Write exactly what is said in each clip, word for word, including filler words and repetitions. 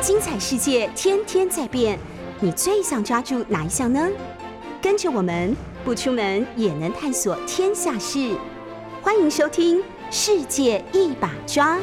精彩世界天天在变，你最想抓住哪一项呢？跟着我们不出门也能探索天下事，欢迎收听《世界一把抓》。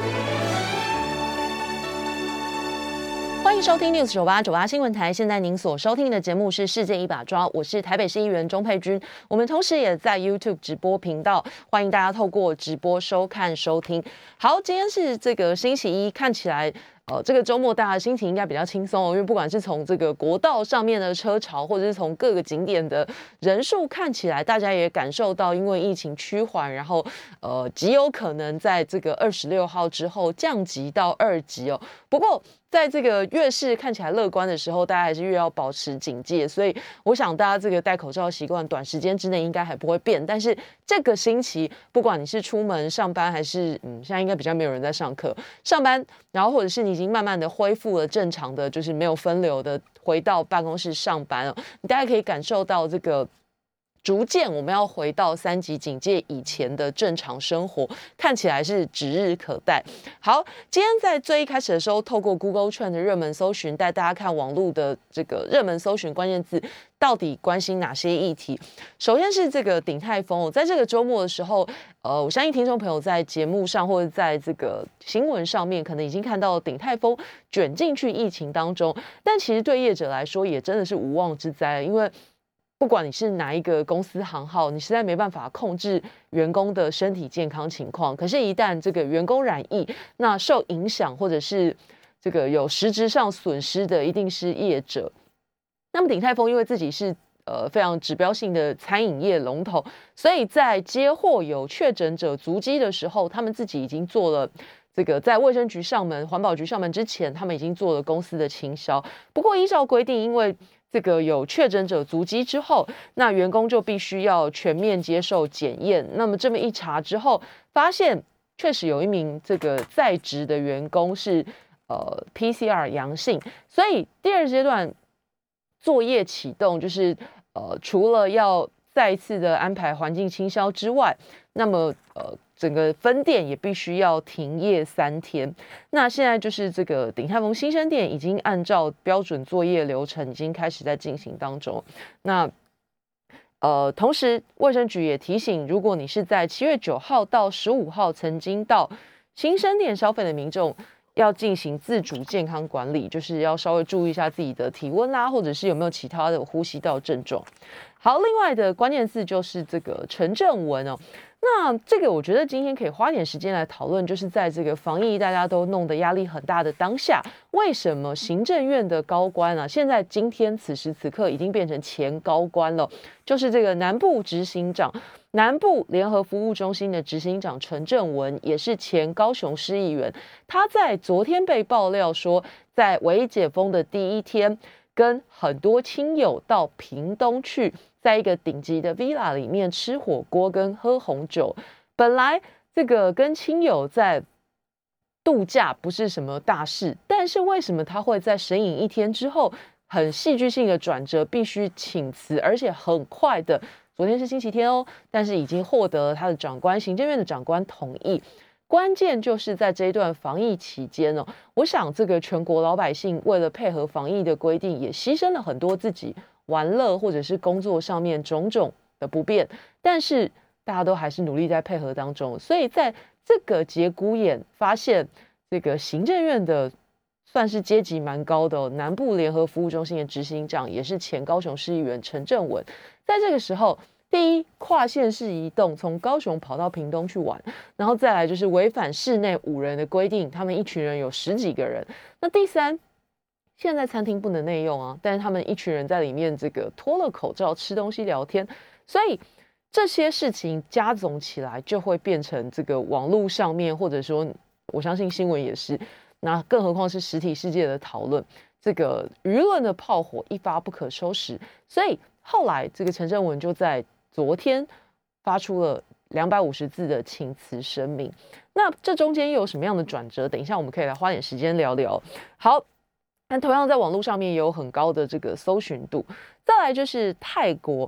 欢迎收听 News 九八九八新闻台。现在您所收听的节目是《世界一把抓》，我是台北市议员钟佩君。我们同时也在 YouTube 直播频道，欢迎大家透过直播收看收听。好，今天是这个星期一，看起来。呃，这个周末大家的心情应该比较轻松哦，因为不管是从这个国道上面的车潮，或者是从各个景点的人数看起来，大家也感受到，因为疫情趋缓，然后呃极有可能在这个二十六号之后降级到二级哦。不过在这个越是看起来乐观的时候，大家还是越要保持警戒。所以我想大家这个戴口罩的习惯，短时间之内应该还不会变。但是这个星期，不管你是出门上班，还是嗯，现在应该比较没有人在上课上班，然后或者是你已经慢慢的恢复了正常的，就是没有分流的回到办公室上班了，你大家可以感受到这个。逐渐我们要回到三级警戒以前的正常生活，看起来是指日可待。好，今天在最一开始的时候，透过 Google Trend 的热门搜寻，带大家看网络的这个热门搜寻关键字到底关心哪些议题。首先是这个鼎泰丰，在这个周末的时候，呃，我相信听众朋友在节目上或者在这个新闻上面，可能已经看到鼎泰丰卷进去疫情当中，但其实对业者来说，也真的是无妄之灾，因为不管你是哪一个公司行号，你实在没办法控制员工的身体健康情况。可是，一旦这个员工染疫，那受影响或者是这个有实质上损失的，一定是业者。那么，鼎泰丰因为自己是呃非常指标性的餐饮业龙头，所以在接获有确诊者足迹的时候，他们自己已经做了。这个在卫生局上门、环保局上门之前，他们已经做了公司的清销。不过，依照规定，因为这个有确诊者足迹之后，那员工就必须要全面接受检验。那么这么一查之后，发现确实有一名这个在职的员工是呃 P C R 阳性，所以第二阶段作业启动，就是呃除了要再一次的安排环境清消之外，那么呃。整个分店也必须要停业三天。那现在就是这个鼎泰丰新生店已经按照标准作业流程，已经开始在进行当中。那呃，同时卫生局也提醒，如果你是在七月九号到十五号曾经到新生店消费的民众，要进行自主健康管理，就是要稍微注意一下自己的体温啦，或者是有没有其他的呼吸道症状。好，另外的关键字就是这个陈正文哦。那这个我觉得今天可以花点时间来讨论，就是在这个防疫大家都弄得压力很大的当下，为什么行政院的高官啊，现在今天此时此刻已经变成前高官了，就是这个南部执行长、南部联合服务中心的执行长陈正文，也是前高雄市议员，他在昨天被爆料说，在微解封的第一天，跟很多亲友到屏东去。在一个顶级的 villa 里面吃火锅跟喝红酒，本来这个跟亲友在度假不是什么大事，但是为什么他会在神隐一天之后，很戏剧性的转折，必须请辞，而且很快的，昨天是星期天哦，但是已经获得了他的长官、行政院的长官同意。关键就是在这一段防疫期间哦，我想这个全国老百姓为了配合防疫的规定，也牺牲了很多自己玩乐或者是工作上面种种的不便，但是大家都还是努力在配合当中，所以在这个节骨眼发现这个行政院的算是阶级蛮高的、哦、南部联合服务中心的执行长，也是前高雄市议员陈正文，在这个时候，第一跨县市移动，从高雄跑到屏东去玩，然后再来就是违反室内五人的规定，他们一群人有十几个人，那第三。现在餐厅不能内用啊，但是他们一群人在里面这个脱了口罩吃东西聊天，所以这些事情加总起来就会变成这个网络上面，或者说我相信新闻也是，那更何况是实体世界的讨论，这个舆论的炮火一发不可收拾，所以后来这个陈正文就在昨天发出了两百五十字的请辞声明。那这中间又有什么样的转折？等一下我们可以来花点时间聊聊。好。但同样在网络上面也有很高的这个搜寻度。再来就是泰国，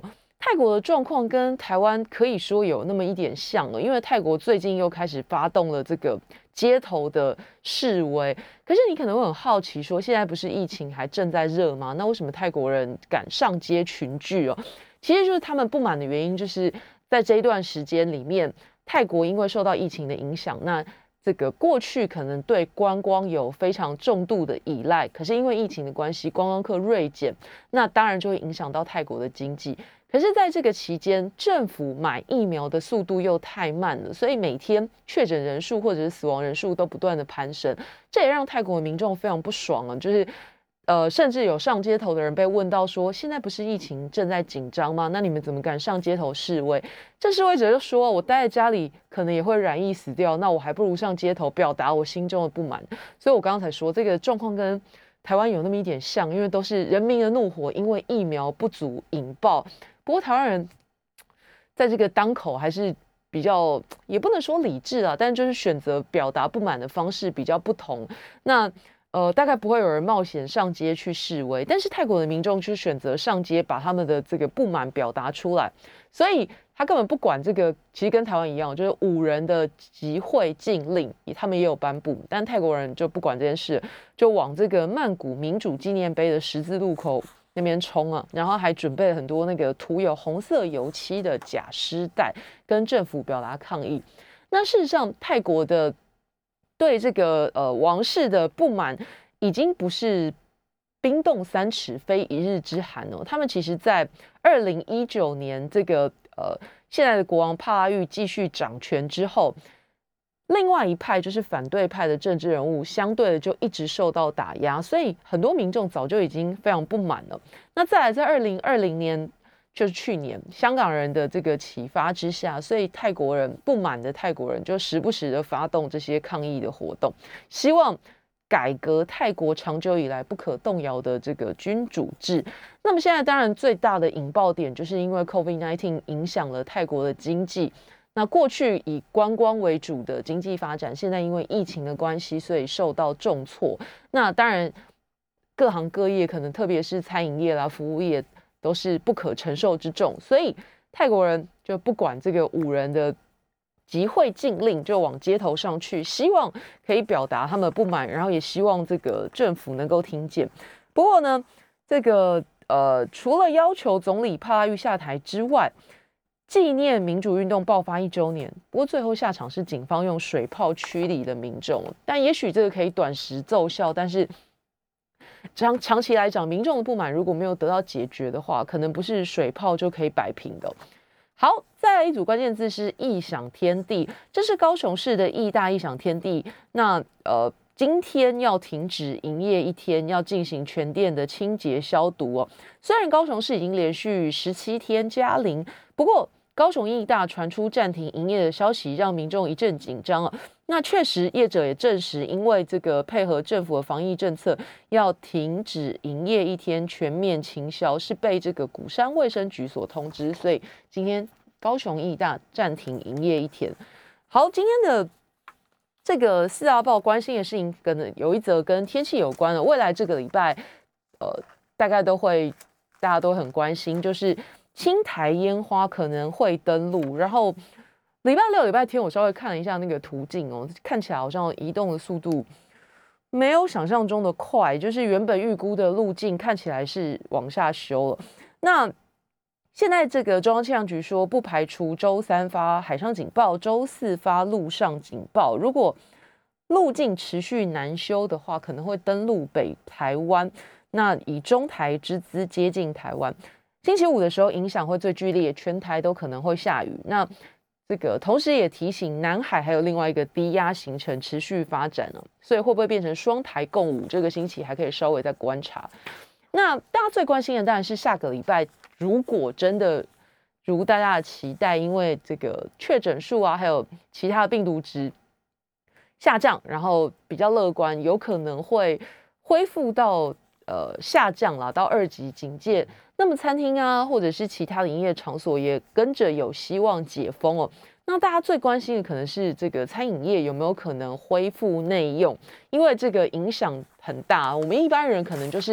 泰国的状况跟台湾可以说有那么一点像了，因为泰国最近又开始发动了这个街头的示威。可是你可能会很好奇说，现在不是疫情还正在热吗？那为什么泰国人敢上街群聚哦？其实就是他们不满的原因，就是在这一段时间里面，泰国因为受到疫情的影响，那这个过去可能对观光有非常重度的依赖，可是因为疫情的关系，观光客锐减，那当然就会影响到泰国的经济。可是在这个期间，政府买疫苗的速度又太慢了，所以每天确诊人数或者是死亡人数都不断的攀升，这也让泰国的民众非常不爽啊，就是呃，甚至有上街头的人被问到说，现在不是疫情正在紧张吗？那你们怎么敢上街头示威？这示威者就说，我待在家里可能也会染疫死掉，那我还不如上街头表达我心中的不满。所以我刚刚才说，这个状况跟台湾有那么一点像，因为都是人民的怒火因为疫苗不足引爆。不过台湾人在这个当口还是比较，也不能说理智啊，但就是选择表达不满的方式比较不同。那呃，大概不会有人冒险上街去示威，但是泰国的民众却选择上街把他们的这个不满表达出来，所以他根本不管这个，其实跟台湾一样，就是五人的集会禁令，他们也有颁布，但泰国人就不管这件事，就往这个曼谷民主纪念碑的十字路口那边冲啊，然后还准备了很多那个涂有红色油漆的假尸袋，跟政府表达抗议。那事实上，泰国的对这个呃王室的不满，已经不是冰冻三尺非一日之寒哦。他们其实在二零一九年这个呃现在的国王帕拉育继续掌权之后，另外一派就是反对派的政治人物，相对的就一直受到打压，所以很多民众早就已经非常不满了。那再来，在二零二零年，就是去年，香港人的这个启发之下，所以泰国人不满的泰国人就时不时的发动这些抗议的活动，希望改革泰国长久以来不可动摇的这个君主制。那么现在当然最大的引爆点，就是因为 COVID 十九 影响了泰国的经济。那过去以观光为主的经济发展，现在因为疫情的关系，所以受到重挫。那当然，各行各业可能特别是餐饮业啦、服务业都是不可承受之重。所以泰国人就不管这个五人的集会禁令，就往街头上去，希望可以表达他们不满，然后也希望这个政府能够听见。不过呢，这个呃，除了要求总理帕拉育下台之外，纪念民主运动爆发一周年，不过最后下场是警方用水炮驱离了民众。但也许这个可以短时奏效，但是长长期来讲，民众的不满如果没有得到解决的话，可能不是水炮就可以摆平的。好，再来一组关键字是异想天地，这是高雄市的义大异想天地。那呃，今天要停止营业一天，要进行全店的清洁消毒哦。虽然高雄市已经连续十七天加零，不过高雄义大传出暂停营业的消息，让民众一阵紧张啊。那确实，业者也证实，因为这个配合政府的防疫政策，要停止营业一天，全面清消，是被这个鼓山卫生局所通知，所以今天高雄义大暂停营业一天。好，今天的这个四大报关心的事情，跟有一则跟天气有关的，未来这个礼拜，呃，大概都会大家都很关心，就是青台烟花可能会登陆，然后礼拜六、礼拜天我稍微看了一下那个途径哦，看起来好像移动的速度没有想象中的快，就是原本预估的路径看起来是往下修了。那现在这个中央气象局说，不排除周三发海上警报，周四发陆上警报。如果路径持续难修的话，可能会登陆北台湾，那以中台之姿接近台湾。星期五的时候影响会最剧烈，全台都可能会下雨。那这个同时也提醒南海还有另外一个低压形成持续发展了，所以会不会变成双台共舞？这个星期还可以稍微再观察。那大家最关心的当然是下个礼拜，如果真的如大家的期待，因为这个确诊数啊，还有其他的病毒值下降，然后比较乐观，有可能会恢复到呃下降啦，到二级警戒。那么餐厅啊，或者是其他的营业场所也跟着有希望解封哦。那大家最关心的可能是这个餐饮业有没有可能恢复内用，因为这个影响很大。我们一般人可能就是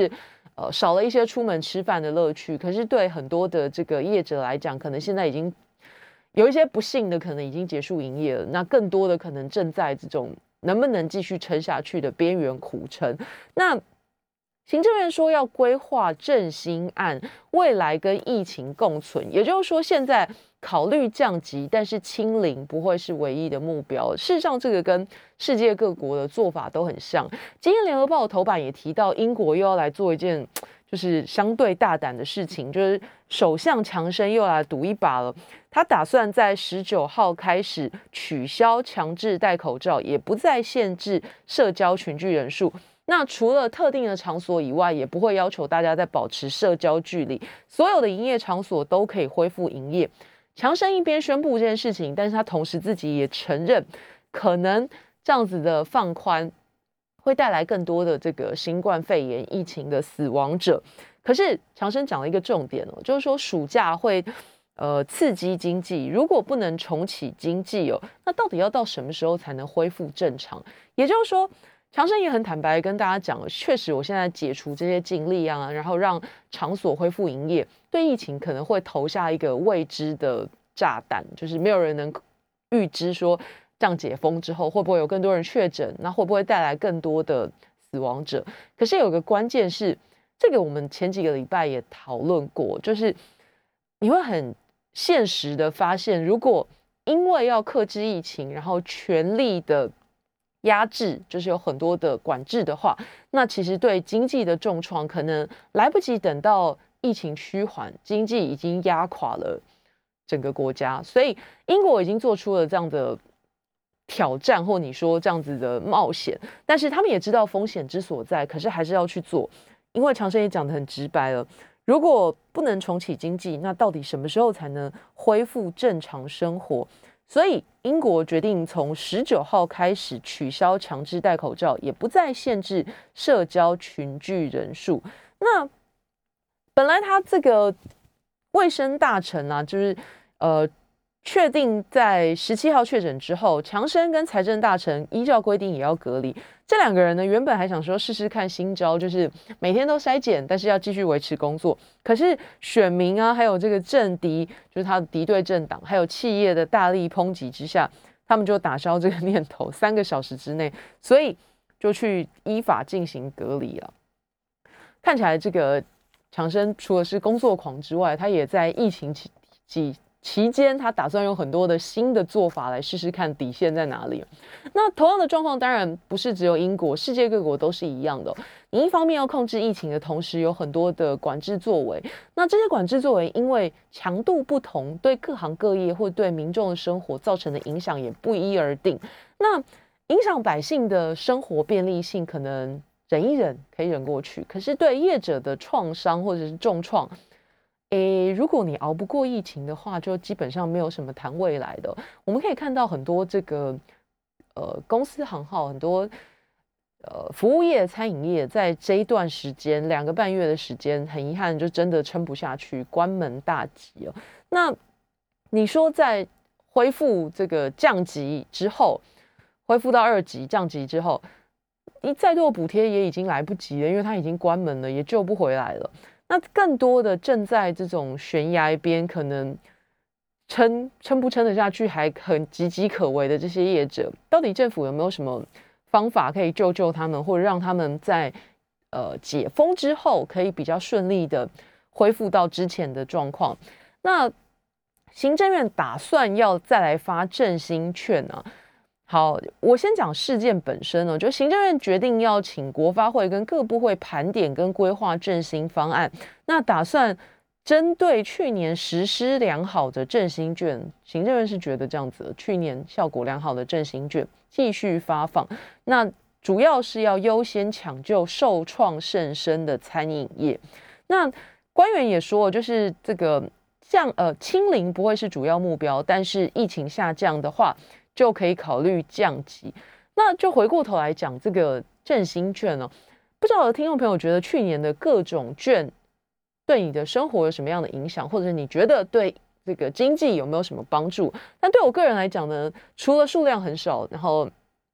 呃少了一些出门吃饭的乐趣。可是对很多的这个业者来讲，可能现在已经有一些不幸的，可能已经结束营业了。那更多的可能正在这种能不能继续撑下去的边缘苦撑。那行政院说要规划振兴案，未来跟疫情共存，也就是说现在考虑降级，但是清零不会是唯一的目标。事实上，这个跟世界各国的做法都很像。今天联合报头版也提到，英国又要来做一件就是相对大胆的事情，就是首相强生又来赌一把了。他打算在十九号开始取消强制戴口罩，也不再限制社交群聚人数。那除了特定的场所以外，也不会要求大家在保持社交距离，所有的营业场所都可以恢复营业。强生一边宣布这件事情，但是他同时自己也承认，可能这样子的放宽会带来更多的这个新冠肺炎疫情的死亡者。可是强生讲了一个重点哦，就是说暑假会呃刺激经济，如果不能重启经济哦，那到底要到什么时候才能恢复正常？也就是说，强生也很坦白跟大家讲了，确实我现在解除这些禁令啊，然后让场所恢复营业，对疫情可能会投下一个未知的炸弹，就是没有人能预知说这样解封之后会不会有更多人确诊，那会不会带来更多的死亡者？可是有个关键是，这个我们前几个礼拜也讨论过，就是你会很现实的发现，如果因为要克制疫情，然后全力的压制，就是有很多的管制的话，那其实对经济的重创可能来不及等到疫情趋缓，经济已经压垮了整个国家。所以英国已经做出了这样的挑战，或你说这样子的冒险，但是他们也知道风险之所在，可是还是要去做。因为强生也讲得很直白了，如果不能重启经济，那到底什么时候才能恢复正常生活？所以英国决定从十九号开始取消强制戴口罩，也不再限制社交群聚人数。那本来他这个卫生大臣啊，就是呃确定在十七号确诊之后，强生跟财政大臣依照规定也要隔离。这两个人呢，原本还想说试试看新招，就是每天都筛检，但是要继续维持工作。可是选民啊，还有这个政敌，就是他的敌对政党，还有企业的大力抨击之下，他们就打消这个念头，三个小时之内，所以就去依法进行隔离了。看起来这个强生除了是工作狂之外，他也在疫情期期期间，他打算用很多的新的做法来试试看底线在哪里。那同样的状况当然不是只有英国，世界各国都是一样的。你一方面要控制疫情的同时，有很多的管制作为。那这些管制作为因为强度不同，对各行各业或对民众的生活造成的影响也不一而定。那影响百姓的生活便利性，可能忍一忍可以忍过去，可是对业者的创伤或者是重创，诶，如果你熬不过疫情的话，就基本上没有什么谈未来的。我们可以看到很多这个呃公司行号，很多呃服务业、餐饮业，在这一段时间两个半月的时间，很遗憾就真的撑不下去，关门大吉了。那你说在恢复这个降级之后，恢复到二级降级之后，你再多的补贴也已经来不及了，因为它已经关门了，也救不回来了。那更多的正在这种悬崖边，可能撑撑不撑得下去，还很岌岌可危的这些业者，到底政府有没有什么方法可以救救他们，或者让他们在呃解封之后，可以比较顺利的恢复到之前的状况？那行政院打算要再来发振兴券啊。好，我先讲事件本身呢，就行政院决定要请国发会跟各部会盘点跟规划振兴方案，那打算针对去年实施良好的振兴券，行政院是觉得这样子，去年效果良好的振兴券继续发放，那主要是要优先抢救受创甚深的餐饮业。那官员也说，就是这个降呃清零不会是主要目标，但是疫情下降的话，就可以考虑降级。那就回过头来讲这个振兴券呢、哦，不知道的听众朋友觉得去年的各种券对你的生活有什么样的影响，或者你觉得对这个经济有没有什么帮助？但对我个人来讲呢，除了数量很少，然后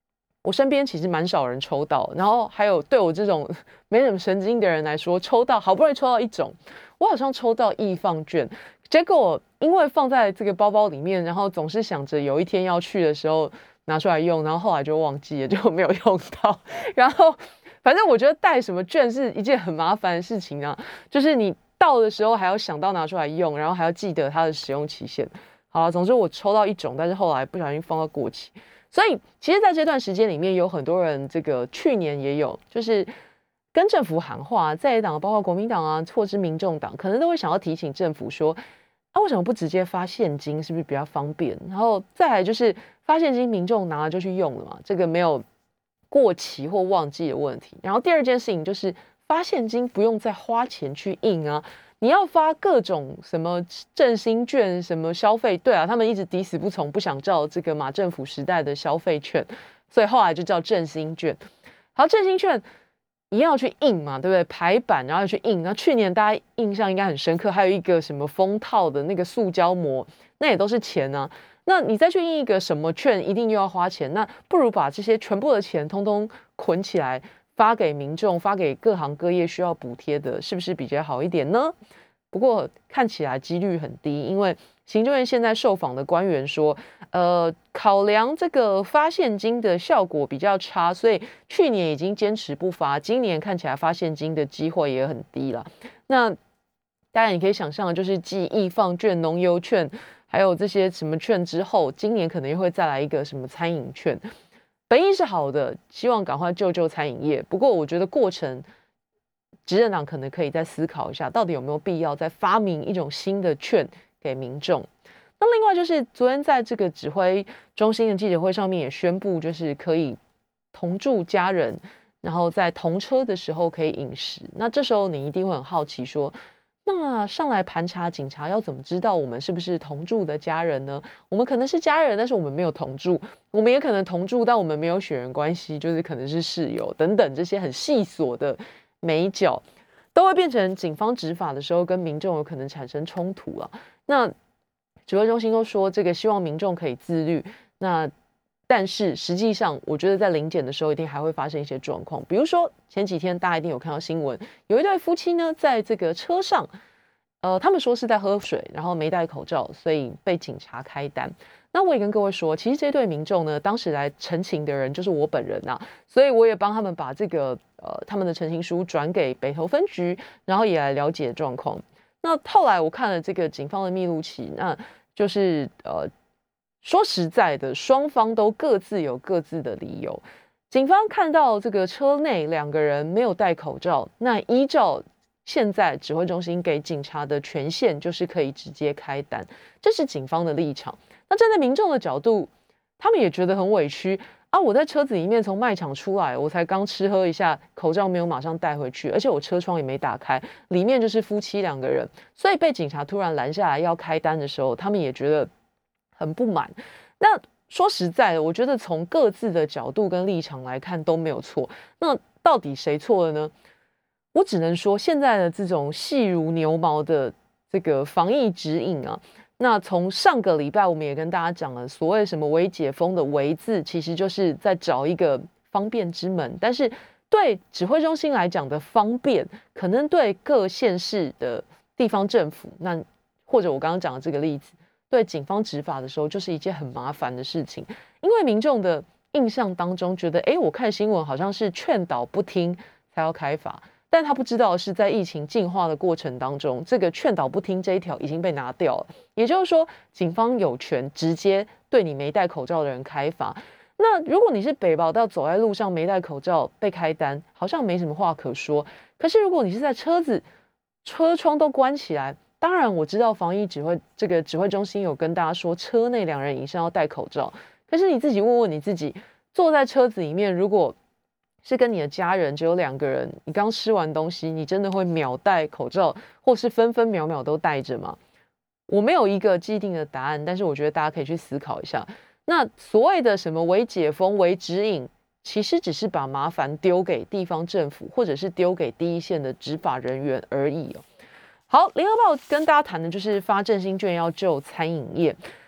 我身边其实蛮少人抽到，然后还有对我这种没什么神经的人来说，抽到好不容易抽到一种，我好像抽到易放券，结果因为放在这个包包里面，然后总是想着有一天要去的时候拿出来用，然后后来就忘记了，就没有用到。然后反正我觉得带什么券是一件很麻烦的事情啊，就是你到的时候还要想到拿出来用，然后还要记得它的使用期限。好了，总之我抽到一种，但是后来不小心放到过期。所以其实在这段时间里面，有很多人这个去年也有，就是跟政府喊话，在野党包括国民党啊，或是民众党，可能都会想要提醒政府说，啊，为什么不直接发现金，是不是比较方便？然后再来就是发现金，民众拿了就去用了嘛，这个没有过期或忘记的问题。然后第二件事情就是发现金不用再花钱去印啊。你要发各种什么振兴券、什么消费，对啊，他们一直抵死不从，不想照这个马政府时代的消费券，所以后来就叫振兴券。好，振兴券一样要去印嘛，对不对？排版然后要去印。然后去年大家印象应该很深刻，还有一个什么封套的那个塑胶膜，那也都是钱啊。那你再去印一个什么券，一定又要花钱，那不如把这些全部的钱通通捆起来，发给民众，发给各行各业需要补贴的，是不是比较好一点呢？不过看起来几率很低，因为行政院现在受访的官员说，呃，考量这个发现金的效果比较差，所以去年已经坚持不发，今年看起来发现金的机会也很低了。那当然你可以想象，就是继易放券、农油券，还有这些什么券之后，今年可能又会再来一个什么餐饮券。本意是好的，希望赶快救救餐饮业。不过我觉得过程，执政党可能可以再思考一下，到底有没有必要再发明一种新的券给民众。那另外就是昨天在这个指挥中心的记者会上面也宣布，就是可以同住家人，然后在同车的时候可以饮食。那这时候你一定会很好奇说，那上来盘查警察要怎么知道我们是不是同住的家人呢？我们可能是家人，但是我们没有同住；我们也可能同住，但我们没有血缘关系，就是可能是室友等等这些很细琐的眉角，都会变成警方执法的时候跟民众有可能产生冲突了。那指挥中心都说这个希望民众可以自律，那但是实际上我觉得在临检的时候一定还会发生一些状况，比如说前几天大家一定有看到新闻，有一对夫妻呢在这个车上，呃，他们说是在喝水，然后没戴口罩，所以被警察开单。那我也跟各位说，其实这对民众呢，当时来陈情的人就是我本人啊，所以我也帮他们把这个呃他们的陈情书转给北投分局，然后也来了解状况。那后来我看了这个警方的密录器，那就是呃。说实在的，双方都各自有各自的理由。警方看到这个车内两个人没有戴口罩，那依照现在指挥中心给警察的权限，就是可以直接开单，这是警方的立场。那站在民众的角度，他们也觉得很委屈啊！我在车子里面从卖场出来，我才刚吃喝一下，口罩没有马上带回去，而且我车窗也没打开，里面就是夫妻两个人，所以被警察突然拦下来要开单的时候，他们也觉得很不满。那说实在的，我觉得从各自的角度跟立场来看都没有错。那到底谁错了呢？我只能说，现在的这种细如牛毛的这个防疫指引啊，那从上个礼拜我们也跟大家讲了，所谓什么微解封的微字，其实就是在找一个方便之门。但是对指挥中心来讲的方便，可能对各县市的地方政府，那或者我刚刚讲的这个例子，对警方执法的时候，就是一件很麻烦的事情，因为民众的印象当中觉得，哎，我看新闻好像是劝导不听才要开罚，但他不知道是在疫情进化的过程当中，这个劝导不听这一条已经被拿掉了，也就是说，警方有权直接对你没戴口罩的人开罚。那如果你是北保到走在路上没戴口罩被开单，好像没什么话可说。可是如果你是在车子车窗都关起来，当然我知道防疫指挥这个指挥中心有跟大家说，车内两人以上要戴口罩。可是你自己问问你自己，坐在车子里面，如果是跟你的家人只有两个人，你刚吃完东西，你真的会秒戴口罩，或是分分秒秒都戴着吗？我没有一个既定的答案，但是我觉得大家可以去思考一下。那所谓的什么微解封、微指引，其实只是把麻烦丢给地方政府，或者是丢给第一线的执法人员而已哦。好，联合报跟大家谈的就是发振兴券要救餐饮业。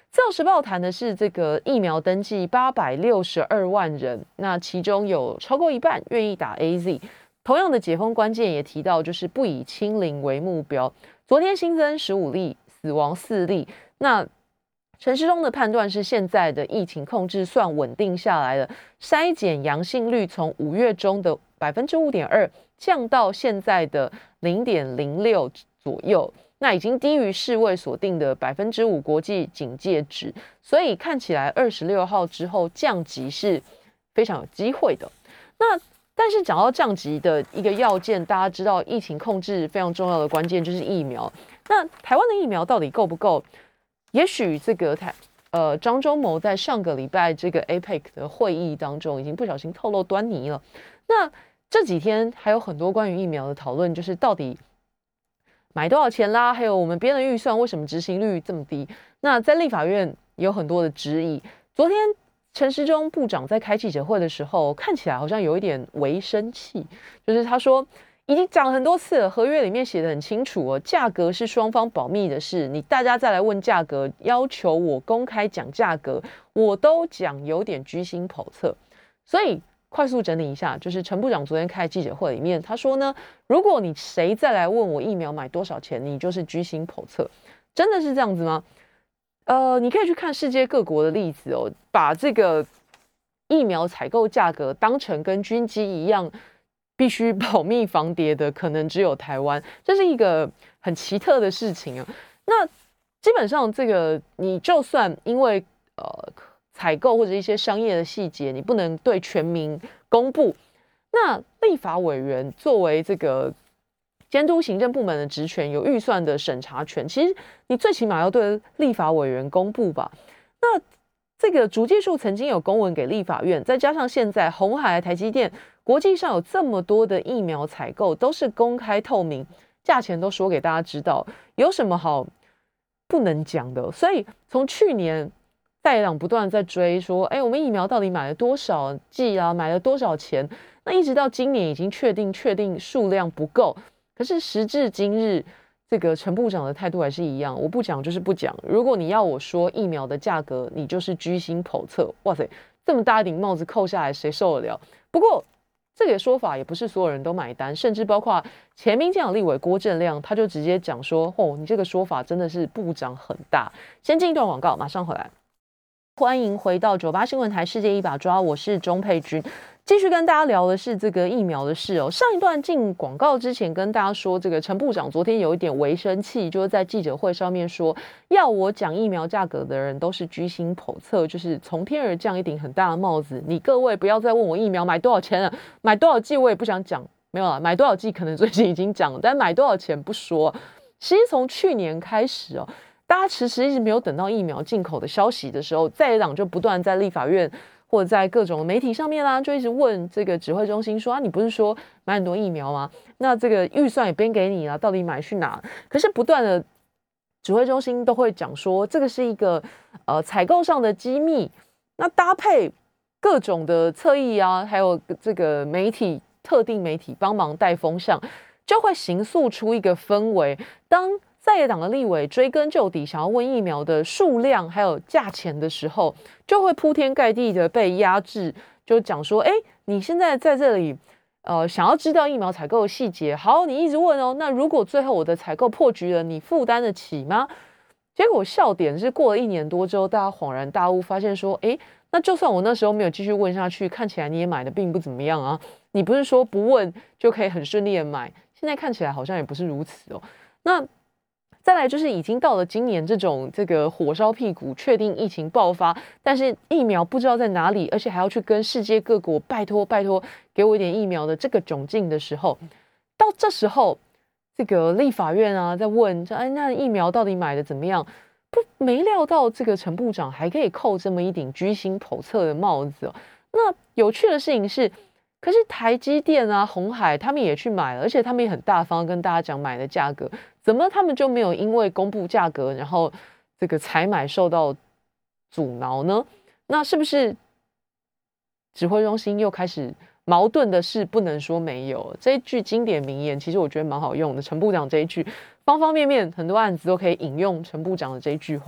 自由时报谈的是这个疫苗登记八百六十二万人，那其中有超过一半愿意打 A Z。同样的解封关键也提到，就是不以清零为目标。昨天新增十五例，死亡四例。那陈时中的判断是，现在的疫情控制算稳定下来了，筛检阳性率从五月中的百分之五点二降到现在的零点零六左右。那已经低于世卫所定的百分之五国际警戒值，所以看起来二十六号之后降级是非常有机会的。那但是讲到降级的一个要件，大家知道疫情控制非常重要的关键就是疫苗。那台湾的疫苗到底够不够？也许这个台呃张忠谋在上个礼拜这个 A P E C 的会议当中已经不小心透露端倪了。那这几天还有很多关于疫苗的讨论，就是到底买多少钱啦？还有我们编的预算为什么执行率这么低？那在立法院有很多的质疑。昨天陈时中部长在开记者会的时候，看起来好像有一点微生气，就是他说已经讲了很多次了，合约里面写得很清楚哦，价格是双方保密的事，你大家再来问价格，要求我公开讲价格，我都讲有点居心叵测。所以快速整理一下，就是陈部长昨天开记者会里面，他说呢，如果你谁再来问我疫苗买多少钱，你就是居心叵测。真的是这样子吗？呃，你可以去看世界各国的例子哦，把这个疫苗采购价格当成跟军机一样必须保密防谍的，可能只有台湾，这是一个很奇特的事情啊。那基本上这个你就算因为呃采购或者一些商业的细节，你不能对全民公布，那立法委员作为这个监督行政部门的职权，有预算的审查权，其实你最起码要对立法委员公布吧。那这个主计处曾经有公文给立法院，再加上现在鸿海、台积电国际上有这么多的疫苗采购都是公开透明，价钱都说给大家知道，有什么好不能讲的？所以从去年在野党不断在追说，哎，我们疫苗到底买了多少剂啊？买了多少钱？那一直到今年已经确定确定数量不够。可是时至今日，这个陈部长的态度还是一样，我不讲就是不讲。如果你要我说疫苗的价格，你就是居心叵测。哇塞，这么大一顶帽子扣下来，谁受得了？不过这个说法也不是所有人都买单，甚至包括前民进党立委郭正亮，他就直接讲说：“哦，你这个说法真的是部长很大。”先进一段广告，马上回来。欢迎回到九八新闻台世界一把抓，我是钟佩君。继续跟大家聊的是这个疫苗的事哦。上一段进广告之前跟大家说，这个陈部长昨天有一点微生气，就是在记者会上面说，要我讲疫苗价格的人都是居心叵测，就是从天而降一顶很大的帽子。你各位不要再问我疫苗买多少钱了，买多少剂我也不想讲，没有啦，买多少剂可能最近已经讲了，但买多少钱不说。其实从去年开始哦，大家迟迟一直没有等到疫苗进口的消息的时候，在野党就不断在立法院或者在各种媒体上面啦，就一直问这个指挥中心说啊，你不是说买很多疫苗吗？那这个预算也编给你了，到底买去哪？可是不断的指挥中心都会讲说，这个是一个呃采购上的机密，那搭配各种的侧翼啊，还有这个媒体特定媒体帮忙带风向，就会形塑出一个氛围。当在野党的立委追根究底，想要问疫苗的数量还有价钱的时候，就会铺天盖地的被压制，就讲说，哎，你现在在这里，呃，想要知道疫苗采购的细节，好，你一直问哦，那如果最后我的采购破局了，你负担得起吗？结果笑点是过了一年多之后，大家恍然大悟，发现说，哎，那就算我那时候没有继续问下去，看起来你也买的并不怎么样啊，你不是说不问就可以很顺利的买，现在看起来好像也不是如此哦。那再来就是已经到了今年这种这个火烧屁股，确定疫情爆发，但是疫苗不知道在哪里，而且还要去跟世界各国拜托拜托给我一点疫苗的这个窘境的时候，到这时候，这个立法院啊在问，哎，那疫苗到底买的怎么样？不，没料到这个陈部长还可以扣这么一顶居心叵测的帽子哦。那有趣的事情是，可是台积电啊、鸿海他们也去买了，而且他们也很大方跟大家讲买的价格。怎么他们就没有因为公布价格，然后这个采买受到阻挠呢？那是不是指挥中心又开始矛盾的事不能说没有？这一句经典名言，其实我觉得蛮好用的。陈部长这一句，方方面面很多案子都可以引用陈部长的这一句话。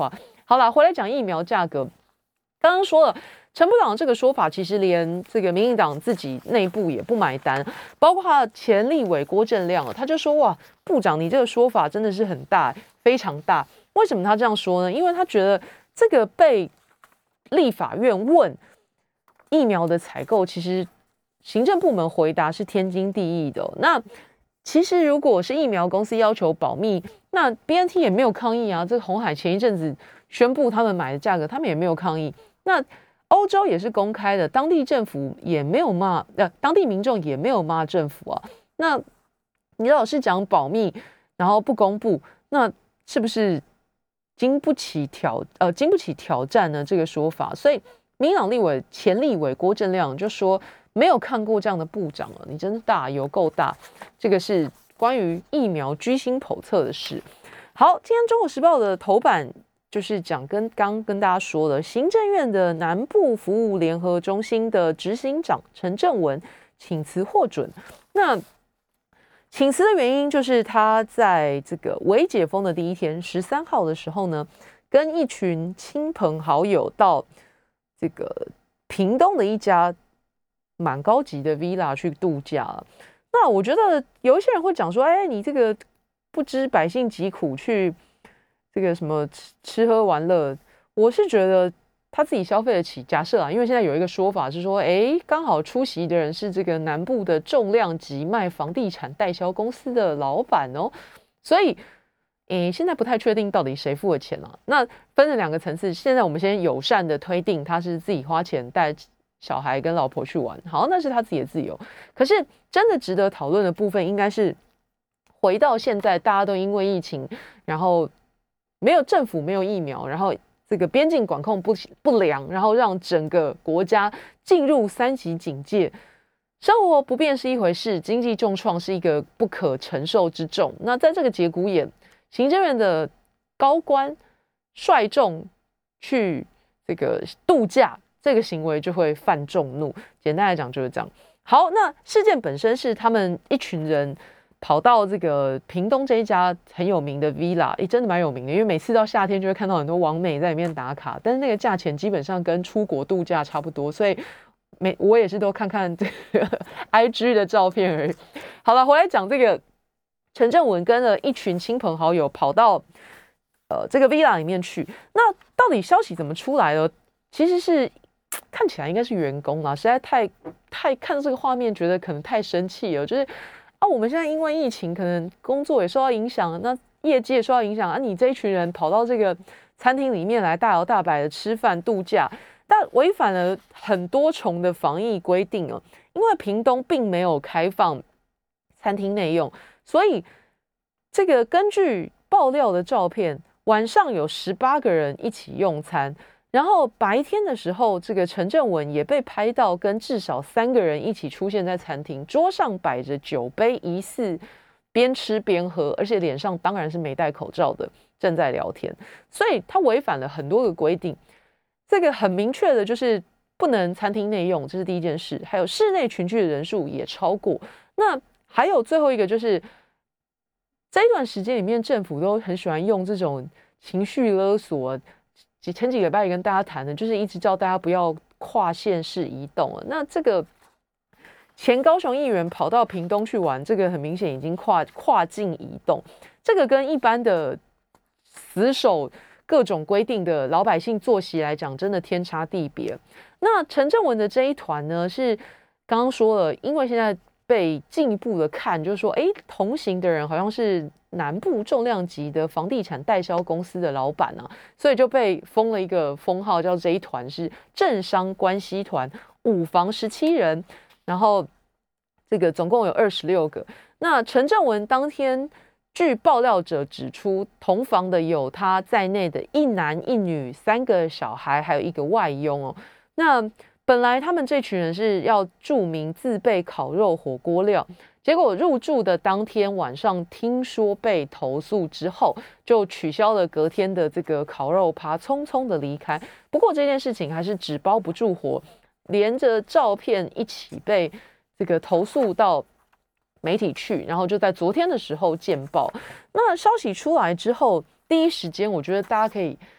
好啦，回来讲疫苗价格，刚刚说了。陈部长这个说法，其实连这个民进党自己内部也不买单，包括他的前立委郭正亮，他就说：“哇，部长你这个说法真的是很大，非常大。为什么他这样说呢？因为他觉得这个被立法院问疫苗的采购，其实行政部门回答是天经地义的。那其实如果是疫苗公司要求保密，那 B N T 也没有抗议啊。这个鸿海前一阵子宣布他们买的价格，他们也没有抗议。那欧洲也是公开的，当地政府也没有骂，呃，当地民众也没有骂政府啊。那你老是讲保密，然后不公布，那是不是经不起挑呃经不起挑战呢？这个说法，所以民进党立委前立委郭正亮就说没有看过这样的部长了，你真是大有够大。这个是关于疫苗居心叵测的事。好，今天《中国时报》的头版。就是讲跟刚跟大家说的，行政院的南部服务联合中心的执行长陈正文请辞获准。那请辞的原因就是他在这个微解封的第一天，十三号的时候呢，跟一群亲朋好友到这个屏东的一家蛮高级的 villa 去度假。那我觉得有一些人会讲说，哎，你这个不知百姓疾苦去。这个什么吃吃喝玩乐，我是觉得他自己消费得起。假设啊，因为现在有一个说法是说，哎，刚好出席的人是这个南部的重量级卖房地产代销公司的老板哦，所以，诶，现在不太确定到底谁付了钱了、啊。那分了两个层次，现在我们先友善的推定他是自己花钱带小孩跟老婆去玩，好，那是他自己的自由。可是真的值得讨论的部分，应该是回到现在，大家都因为疫情，然后。没有政府，没有疫苗，然后这个边境管控不不良，然后让整个国家进入三级警戒，生活不便是一回事，经济重创是一个不可承受之重。那在这个节骨眼，行政院的高官率众去这个度假，这个行为就会犯众怒。简单来讲就是这样。好，那事件本身是他们一群人。跑到这个屏东这一家很有名的 villa， 欸，真的蛮有名的，因为每次到夏天就会看到很多网美在里面打卡，但是那个价钱基本上跟出国度假差不多，所以每我也是都看看这个 I G 的照片而已。好了，回来讲这个陈正文跟了一群亲朋好友跑到呃这个 villa 里面去，那到底消息怎么出来了？其实是看起来应该是员工啦，实在太太看到这个画面，觉得可能太生气了，就是。啊，我们现在因为疫情，可能工作也受到影响，那业绩也受到影响啊。你这一群人跑到这个餐厅里面来大摇大摆的吃饭度假，但违反了很多重的防疫规定哦。因为屏东并没有开放餐厅内用，所以这个根据爆料的照片，晚上有十八个人一起用餐。然后白天的时候，这个陈正文也被拍到跟至少三个人一起出现在餐厅，桌上摆着酒杯，疑似边吃边喝，而且脸上当然是没戴口罩的，正在聊天，所以他违反了很多个规定。这个很明确的就是不能餐厅内用，这是第一件事，还有室内群聚的人数也超过。那还有最后一个就是这一段时间里面，政府都很喜欢用这种情绪勒索。前几个礼拜也跟大家谈的，就是一直叫大家不要跨县市移动了。那这个前高雄议员跑到屏东去玩，这个很明显已经跨跨境移动，这个跟一般的死守各种规定的老百姓作息来讲，真的天差地别。那陈正文的这一团呢，是刚刚说了，因为现在被进一步的看，就是说，哎，同行的人好像是。南部重量级的房地产代销公司的老板啊，所以就被封了一个封号，叫这一团是政商关系团，五房十七人，然后这个总共有二十六个。那陈正文当天，据爆料者指出，同房的有他在内的一男一女三个小孩，还有一个外佣哦。那本来他们这群人是要注明自备烤肉火锅料。结果入住的当天晚上，听说被投诉之后，就取消了隔天的这个烤肉趴，匆匆的离开。不过这件事情还是纸包不住火，连着照片一起被这个投诉到媒体去，然后就在昨天的时候见报。那消息出来之后，第一时间我觉得大家可以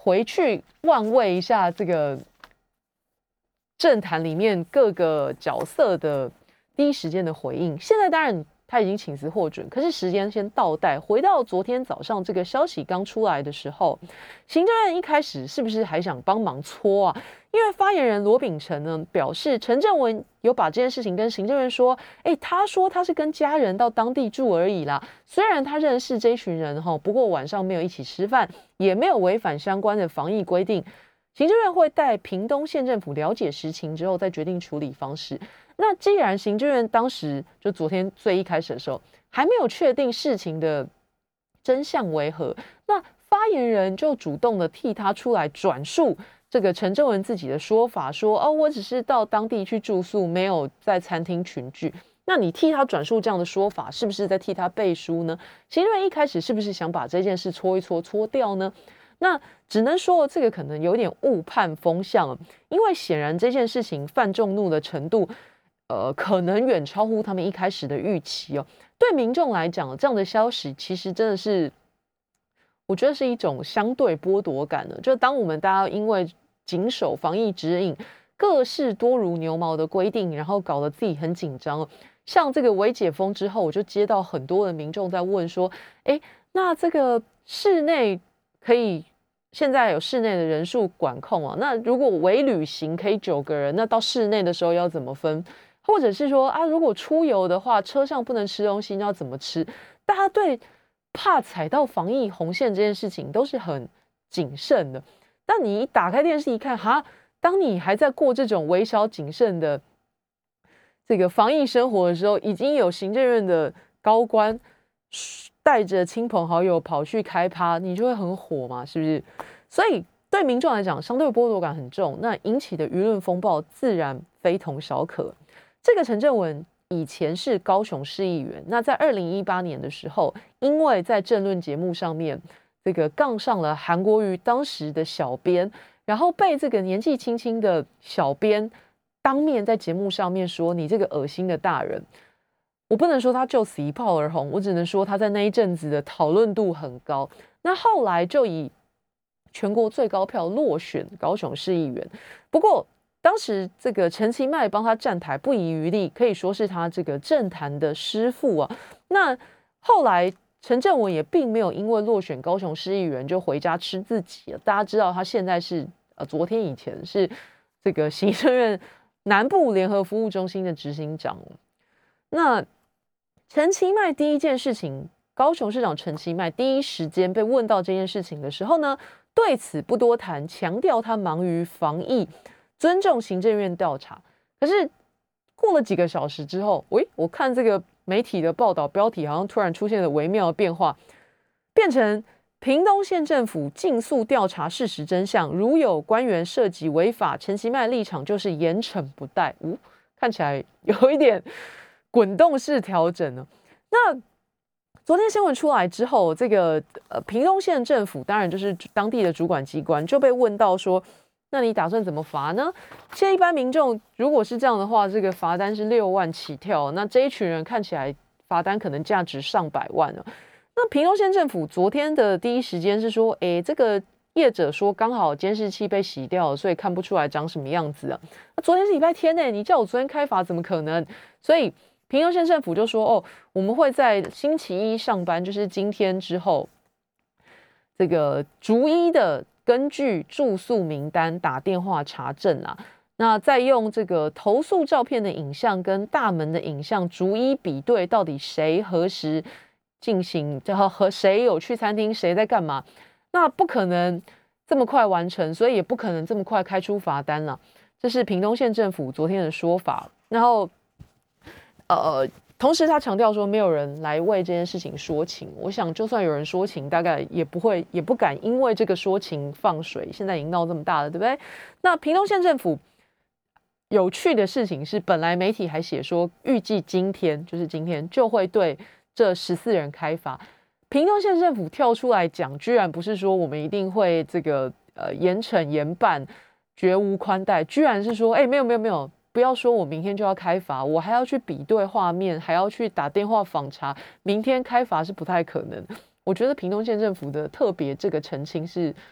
回去玩味一下这个政坛里面各个角色的第一时间的回应。现在当然他已经请辞获准，可是时间先倒带，回到昨天早上这个消息刚出来的时候，行政院一开始是不是还想帮忙搓啊？因为发言人罗秉成呢表示，陈正文有把这件事情跟行政院说，哎，他说他是跟家人到当地住而已啦，虽然他认识这一群人哈，不过晚上没有一起吃饭，也没有违反相关的防疫规定。行政院会待屏东县政府了解实情之后，再决定处理方式。那既然行政院当时就昨天最一开始的时候还没有确定事情的真相为何，那发言人就主动的替他出来转述这个陈正文自己的说法，说哦，我只是到当地去住宿，没有在餐厅群聚。那你替他转述这样的说法，是不是在替他背书呢？行政院一开始是不是想把这件事搓一搓搓掉呢？那只能说这个可能有点误判风向，因为显然这件事情犯众怒的程度呃，可能远超乎他们一开始的预期哦。对民众来讲，这样的消息其实真的是，我觉得是一种相对剥夺感的。就当我们大家因为谨守防疫指引，各式多如牛毛的规定，然后搞得自己很紧张。像这个微解封之后，我就接到很多的民众在问说，哎，那这个室内可以现在有室内的人数管控啊，那如果微旅行可以九个人，那到室内的时候要怎么分？或者是说啊，如果出游的话，车上不能吃东西，那要怎么吃？大家对怕踩到防疫红线这件事情都是很谨慎的。但你一打开电视一看，哈，当你还在过这种微小谨慎的这个防疫生活的时候，已经有行政院的高官带着亲朋好友跑去开趴，你就会很火嘛，是不是？所以对民众来讲，相对剥夺感很重，那引起的舆论风暴自然非同小可。这个陈正文以前是高雄市议员，那在二零一八年的时候，因为在政论节目上面这个杠上了韩国瑜当时的小编，然后被这个年纪轻轻的小编当面在节目上面说你这个恶心的大人。我不能说他就此一炮而红，我只能说他在那一阵子的讨论度很高。那后来就以全国最高票落选高雄市议员，不过当时这个陈其迈帮他站台不遗余力，可以说是他这个政坛的师父啊。那后来陈正文也并没有因为落选高雄市议员就回家吃自己了。大家知道他现在是呃昨天以前是这个行政院南部联合服务中心的执行长。那陈其迈第一件事情，高雄市长陈其迈第一时间被问到这件事情的时候呢，对此不多谈，强调他忙于防疫，尊重行政院调查。可是过了几个小时之后，喂，我看这个媒体的报道标题好像突然出现了微妙的变化，变成屏东县政府尽速调查事实真相，如有官员涉及违法，陈其迈立场就是严惩不贷。呜，看起来有一点滚动式调整了。那昨天新闻出来之后，这个呃屏东县政府当然就是当地的主管机关就被问到说，那你打算怎么罚呢？现在一般民众如果是这样的话，这个罚单是六万起跳，那这一群人看起来罚单可能价值上百万了。那屏东县政府昨天的第一时间是说，哎，这个业者说刚好监视器被洗掉了，所以看不出来长什么样子啊。那昨天是礼拜天呢，你叫我昨天开罚怎么可能？所以屏东县政府就说，哦，我们会在星期一上班，就是今天之后，这个逐一的根据住宿名单打电话查证啊，那再用这个投诉照片的影像跟大门的影像逐一比对，到底谁何时进行，然后和谁有去餐厅，谁在干嘛。那不可能这么快完成，所以也不可能这么快开出罚单了。这是屏东县政府昨天的说法。然后，呃，同时他强调说，没有人来为这件事情说情。我想，就算有人说情，大概也不会，也不敢因为这个说情放水。现在已经闹这么大了，对不对？那屏东县政府有趣的事情是，本来媒体还写说，预计今天就是今天就会对这十四人开罚。屏东县政府跳出来讲，居然不是说我们一定会这个呃严惩严办，绝无宽待，居然是说，哎、欸，没有没有没有，不要说我明天就要开罚，我还要去比对画面，还要去打电话访查，明天开罚是不太可能。我觉得屏东县政府的特别这个澄清是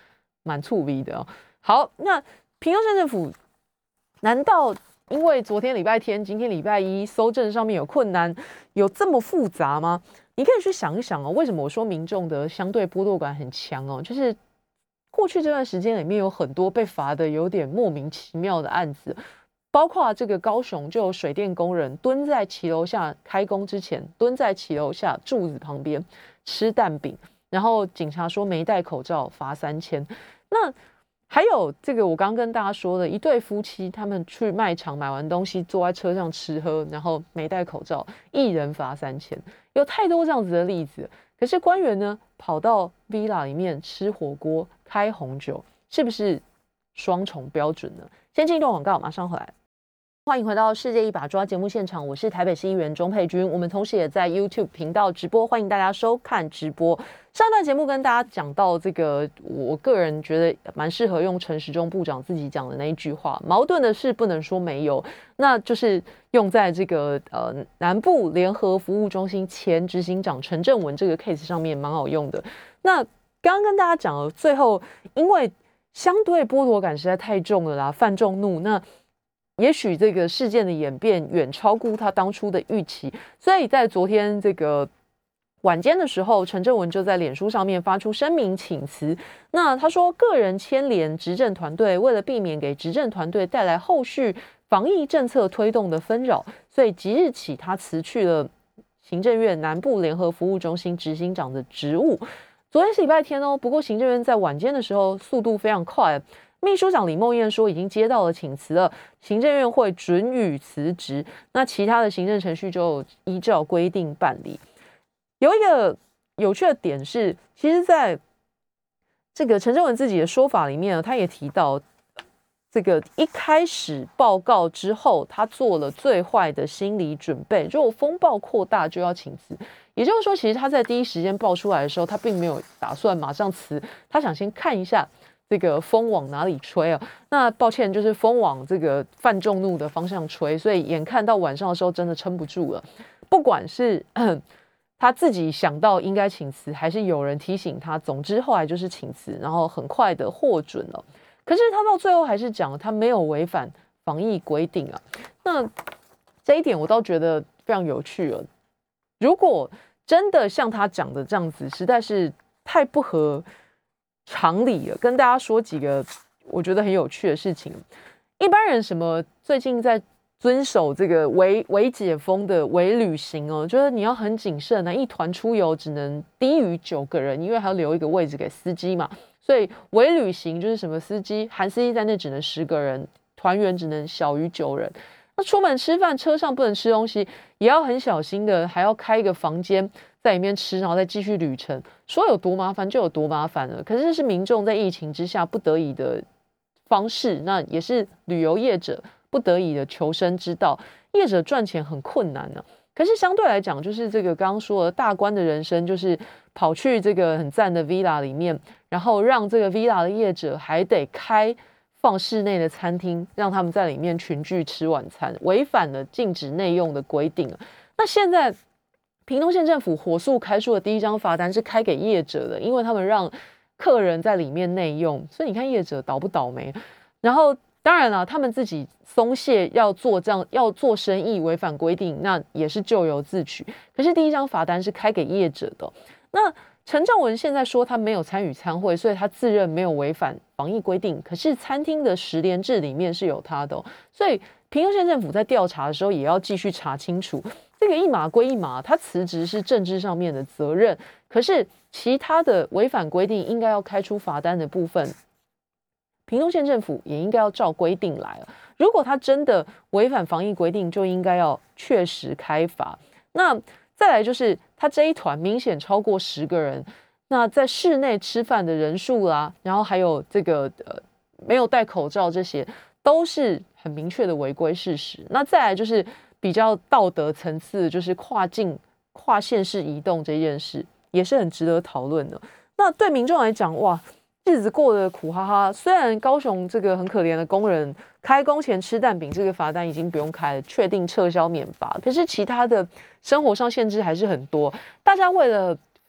蛮触逼的哦。好，那屏东县政府难道因为昨天礼拜天，今天礼拜一，搜证上面有困难，有这么复杂吗？你可以去想一想哦，为什么我说民众的相对剥夺感很强哦？就是过去这段时间里面有很多被罚的有点莫名其妙的案子，包括这个高雄就有水电工人蹲在骑楼下开工之前，蹲在骑楼下柱子旁边吃蛋饼，然后警察说没戴口罩罚三千。那还有这个我刚刚跟大家说的一对夫妻，他们去卖场买完东西坐在车上吃喝，然后没戴口罩，一人罚三千，有太多这样子的例子。可是官员呢跑到 villa 里面吃火锅开红酒，是不是双重标准呢？先进一段广告，马上回来。欢迎回到世界一把抓节目现场，我是台北市议员钟佩君。我们同时也在 YouTube 频道直播，欢迎大家收看直播。上一段节目跟大家讲到这个，我个人觉得蛮适合用陈时中部长自己讲的那一句话：矛盾的事不能说没有，那就是用在这个呃南部联合服务中心前执行长陈正文这个 case 上面蛮好用的。那刚刚跟大家讲了，最后因为相对剥夺感实在太重了啦，犯众怒，那也许这个事件的演变远超乎他当初的预期，所以在昨天这个晚间的时候，陈正文就在脸书上面发出声明请辞。那他说，个人牵连执政团队，为了避免给执政团队带来后续防疫政策推动的纷扰，所以即日起他辞去了行政院南部联合服务中心执行长的职务。昨天是礼拜天哦，不过行政院在晚间的时候速度非常快。秘书长李孟燕说已经接到了请辞了，行政院会准予辞职，那其他的行政程序就依照规定办理。有一个有趣的点是，其实在这个陈正文自己的说法里面，他也提到，这个一开始报告之后，他做了最坏的心理准备，如果风暴扩大就要请辞。也就是说，其实他在第一时间爆出来的时候，他并没有打算马上辞，他想先看一下这个风往哪里吹啊？那抱歉，就是风往这个犯众怒的方向吹，所以眼看到晚上的时候真的撑不住了。不管是他自己想到应该请辞，还是有人提醒他，总之后来就是请辞，然后很快的获准了。可是他到最后还是讲他没有违反防疫规定啊。那这一点我倒觉得非常有趣了。如果真的像他讲的这样子，实在是太不合常理了。跟大家说几个我觉得很有趣的事情。一般人什么最近在遵守这个微微解封的微旅行哦，就是你要很谨慎啊，一团出游只能低于九个人，因为还要留一个位置给司机嘛。所以微旅行就是什么司机含司机在内只能十个人，团员只能小于九人。那出门吃饭，车上不能吃东西，也要很小心的，还要开一个房间在里面吃，然后再继续旅程。说有多麻烦就有多麻烦了。可是这是民众在疫情之下不得已的方式，那也是旅游业者不得已的求生之道。业者赚钱很困难呢、啊，可是相对来讲，就是这个刚刚说的大官的人生，就是跑去这个很赞的 villa 里面，然后让这个 villa 的业者还得开放室内的餐厅，让他们在里面群聚吃晚餐，违反了禁止内用的规定。那现在屏东县政府火速开出的第一张罚单是开给业者的，因为他们让客人在里面内用，所以你看业者倒不倒霉？然后当然了，他们自己松懈要做这样要做生意违反规定，那也是咎由自取。可是第一张罚单是开给业者的。那陈正文现在说他没有参与参会，所以他自认没有违反防疫规定。可是餐厅的实联制里面是有他的、哦，所以屏东县政府在调查的时候也要继续查清楚。这个一码归一码，他辞职是政治上面的责任，可是其他的违反规定应该要开出罚单的部分，屏东县政府也应该要照规定来了。如果他真的违反防疫规定，就应该要确实开罚。那再来就是他这一团明显超过十个人，那在室内吃饭的人数啦，然后还有这个呃没有戴口罩，这些都是很明确的违规事实。那再来就是比较道德层次，就是跨境跨县市移动这件事，也是很值得讨论的。那对民众来讲，哇，日子过得苦哈哈。虽然高雄这个很可怜的工人开工前吃蛋饼，这个罚单已经不用开了，确定撤销免罚，可是其他的生活上限制还是很多。大家为了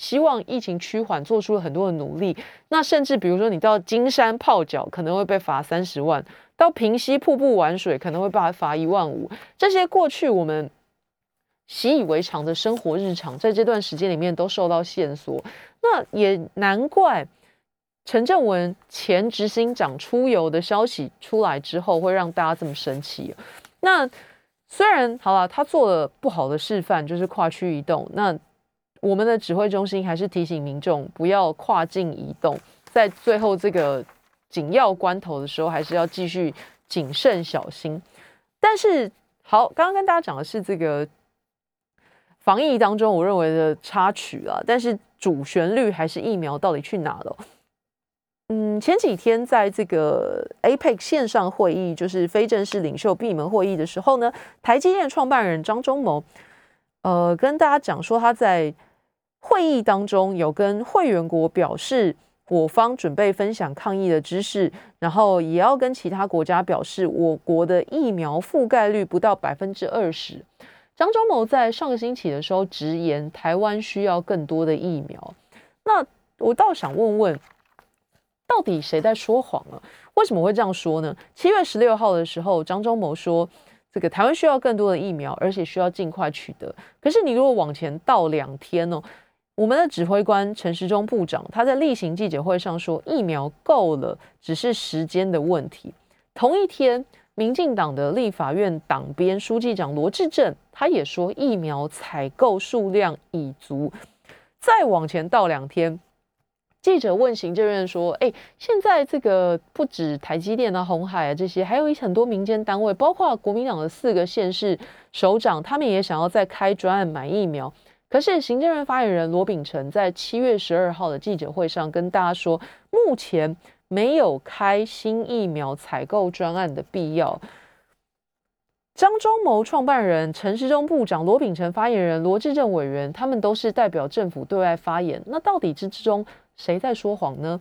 希望疫情趋缓，做出了很多的努力。那甚至比如说你到金山泡脚可能会被罚三十万，到平溪瀑布玩水可能会被罚一万五。这些过去我们习以为常的生活日常，在这段时间里面都受到限缩。那也难怪陈正文前执行长出游的消息出来之后，会让大家这么生气。那虽然好了，他做了不好的示范，就是跨区移动。那我们的指挥中心还是提醒民众不要跨境移动，在最后这个紧要关头的时候，还是要继续谨慎小心。但是好，刚刚跟大家讲的是这个防疫当中我认为的插曲啦，但是主旋律还是疫苗到底去哪了？嗯，前几天在这个 A P E C 线上会议，就是非正式领袖闭门会议的时候呢，台积电创办人张忠谋，呃，跟大家讲说他在会议当中有跟会员国表示，我方准备分享抗疫的知识，然后也要跟其他国家表示，我国的疫苗覆盖率不到百分之二十。张忠谋在上个星期的时候直言，台湾需要更多的疫苗。那我倒想问问，到底谁在说谎呢？为什么会这样说呢？七月十六号的时候，张忠谋说，这个台湾需要更多的疫苗，而且需要尽快取得。可是你如果往前倒两天哦，我们的指挥官陈时中部长他在例行记者会上说，疫苗够了，只是时间的问题。同一天，民进党的立法院党编书记长罗致政他也说，疫苗采购数量已足。再往前倒两天，记者问行政院说：“哎，现在这个不止台积电啊、鸿海啊这些，还有很多民间单位，包括国民党的四个县市首长，他们也想要再开专案买疫苗。可是行政院发言人罗秉成在七月十二号的记者会上跟大家说，目前没有开新疫苗采购专案的必要。”张忠谋创办人、陈时中部长、罗秉成发言人、罗致政委员，他们都是代表政府对外发言。那到底之中谁在说谎呢？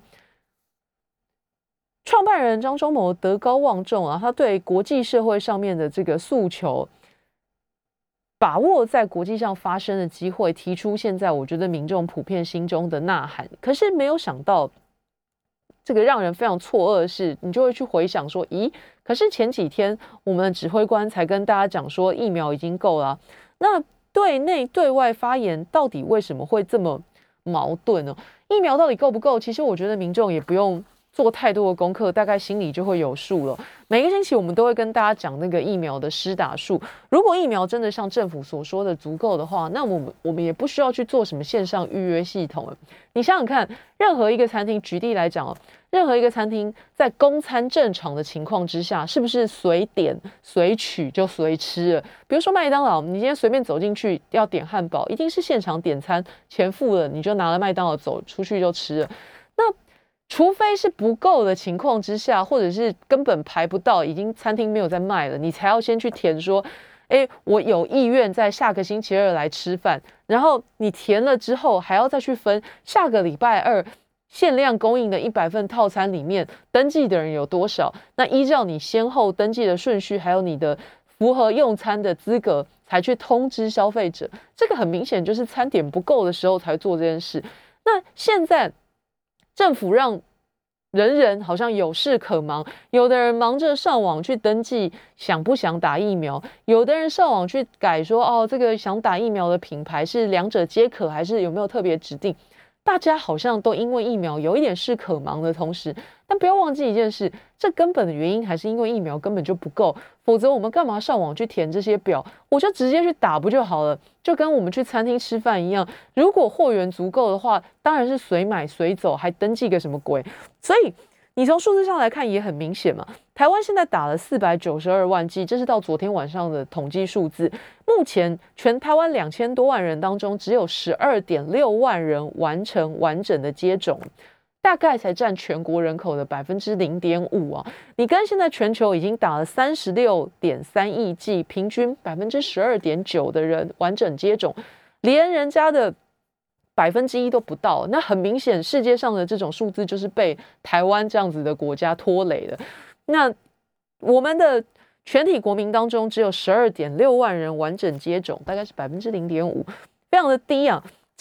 创办人张忠谋德高望重啊，他对国际社会上面的这个诉求，把握在国际上发生的机会，提出现在我觉得民众普遍心中的呐喊。可是没有想到，这个让人非常错愕的是，你就会去回想说，咦，可是前几天我们的指挥官才跟大家讲说疫苗已经够了，那对内对外发言到底为什么会这么矛盾呢？疫苗到底够不够？其实我觉得民众也不用做太多的功课，大概心里就会有数了。每个星期我们都会跟大家讲那个疫苗的施打数，如果疫苗真的像政府所说的足够的话，那我们我们也不需要去做什么线上预约系统了。你想想看，任何一个餐厅，举例来讲哦，任何一个餐厅在供餐正常的情况之下，是不是随点随取就随吃了？比如说麦当劳，你今天随便走进去要点汉堡，一定是现场点餐，钱付了你就拿了麦当劳走出去就吃了。那除非是不够的情况之下，或者是根本排不到，已经餐厅没有在卖了，你才要先去填说，哎，我有意愿在下个星期二来吃饭。然后你填了之后，还要再去分下个礼拜二限量供应的一百份套餐里面登记的人有多少。那依照你先后登记的顺序，还有你的符合用餐的资格，才去通知消费者。这个很明显就是餐点不够的时候才做这件事。那现在政府让人人好像有事可忙，有的人忙着上网去登记想不想打疫苗，有的人上网去改说哦，这个想打疫苗的品牌是两者皆可，还是有没有特别指定。大家好像都因为疫苗有一点事可忙的同时，但不要忘记一件事，这根本的原因还是因为疫苗根本就不够，否则我们干嘛上网去填这些表？我就直接去打不就好了？就跟我们去餐厅吃饭一样，如果货源足够的话，当然是随买随走，还登记个什么鬼？所以你从数字上来看也很明显嘛，台湾现在打了四百九十二万剂，这是到昨天晚上的统计数字。目前全台湾两千多万人当中，只有十二点六万人完成完整的接种，大概才占全国人口的百分之零点五啊。你跟现在全球已经打了三十六点三亿剂，平均百分之十二点九的人完整接种，连人家的百分之一都不到。那很明显，世界上的这种数字就是被台湾这样子的国家拖累了。那我们的全体国民当中，只有十二点六万人完整接种，大概是百分之零点五，非常的低啊。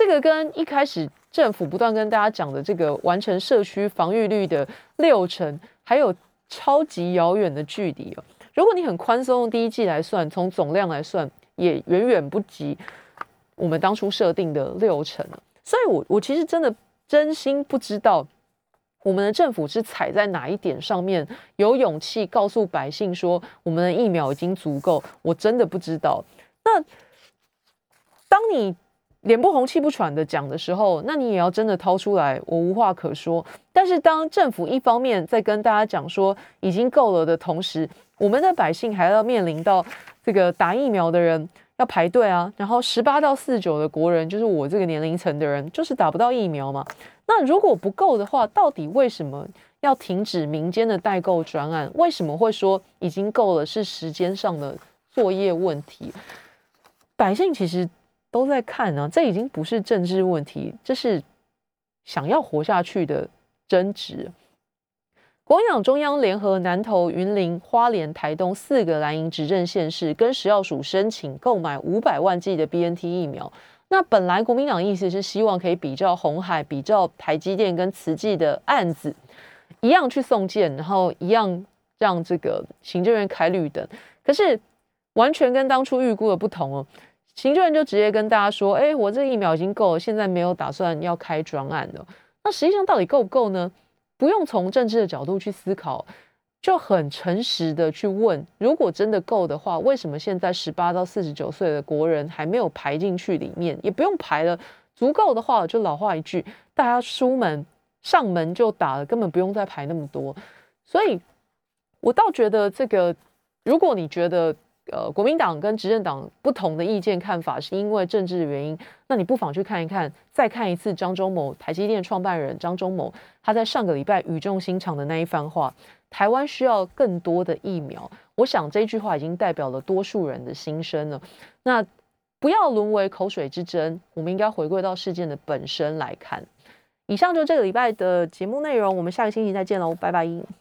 这个跟一开始政府不断跟大家讲的这个完成社区防御率的六成，还有超级遥远的距离哦。如果你很宽松，用第一季来算，从总量来算，也远远不及我们当初设定的六成了。所以我，我我其实真的真心不知道，我们的政府是踩在哪一点上面有勇气告诉百姓说，我们的疫苗已经足够。我真的不知道。那当你脸不红气不喘的讲的时候，那你也要真的掏出来，我无话可说。但是当政府一方面在跟大家讲说已经够了的同时，我们的百姓还要面临到这个打疫苗的人要排队啊，然后十八到四十九的国人，就是我这个年龄层的人，就是打不到疫苗嘛。那如果不够的话，到底为什么要停止民间的代购专案？为什么会说已经够了？是时间上的作业问题？百姓其实都在看啊，这已经不是政治问题，这是想要活下去的争执。国民党中央联合南投、云林、花莲、台东四个蓝营执政县市，跟食药署申请购买五百万剂的 B N T 疫苗。那本来国民党意思是希望可以比照鸿海、比照台积电跟慈济的案子，一样去送件，然后一样让这个行政院开绿灯。可是完全跟当初预估的不同哦。行政院就直接跟大家说：“哎，我这疫苗已经够了，现在没有打算要开专案了。”那实际上到底够不够呢？不用从政治的角度去思考，就很诚实的去问：如果真的够的话，为什么现在十八到四十九岁的国人还没有排进去里面？也不用排了，足够的话，就老话一句，大家出门上门就打了，根本不用再排那么多。所以，我倒觉得这个，如果你觉得，呃，国民党跟执政党不同的意见看法是因为政治的原因，那你不妨去看一看，再看一次张忠谋，台积电创办人张忠谋，他在上个礼拜语重心长的那一番话：台湾需要更多的疫苗。我想这句话已经代表了多数人的心声了。那不要沦为口水之争，我们应该回归到事件的本身来看。以上就这个礼拜的节目内容，我们下个星期再见喽，拜拜。